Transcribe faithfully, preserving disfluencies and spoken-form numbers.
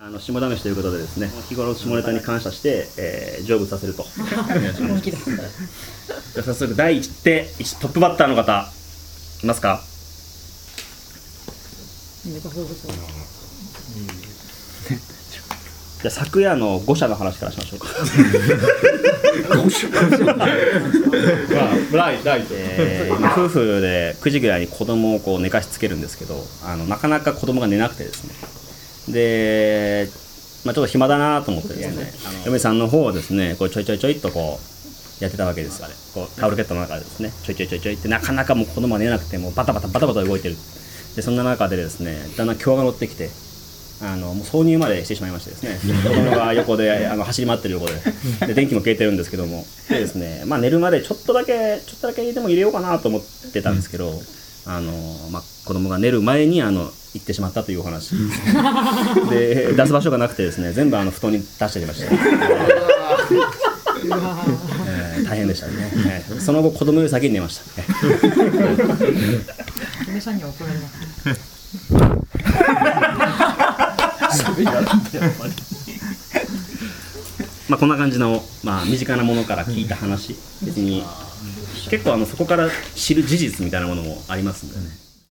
あの下試しということでですね、日頃下ネタに感謝して、えー、成仏させると。 本気だ。 じゃあ早速第一手トップバッターの方いますか？じゃあ昨夜の誤射の話からしましょうか。 誤射。ライライト。 えー、夫婦でくじぐらいに子供をこう寝かしつけるんですけど、あのなかなか子供が寝なくてですね。で、まあ、ちょっと暇だなと思ってですね、嫁さんの方をですね、こうちょいちょいちょいっとこうやってたわけですよ。こうタオルケットの中でですね、ちょいちょいちょいちょいってなかなかもう子供が寝なくてもうバタバタバタバタ動いてる。でそんな中でですね、だんだん強が乗ってきて。あのもう挿入までしてしまいましてですね、子供が横であの走り回ってる横で、で電気も消えてるんですけども、でですね、まあ、寝るまでちょっとだけちょっとだけでも入れようかなと思ってたんですけど、あのまあ、子供が寝る前にあの行ってしまったというお話で、出す場所がなくてですね、全部あの布団に出してきました、えー、大変でしたね、えー、その後子供より先に寝ました。 嫁さんには怒られます。 まあこんな感じの、まあ、身近なものから聞いた話、別に結構あのそこから知る事実みたいなものもありますんでね。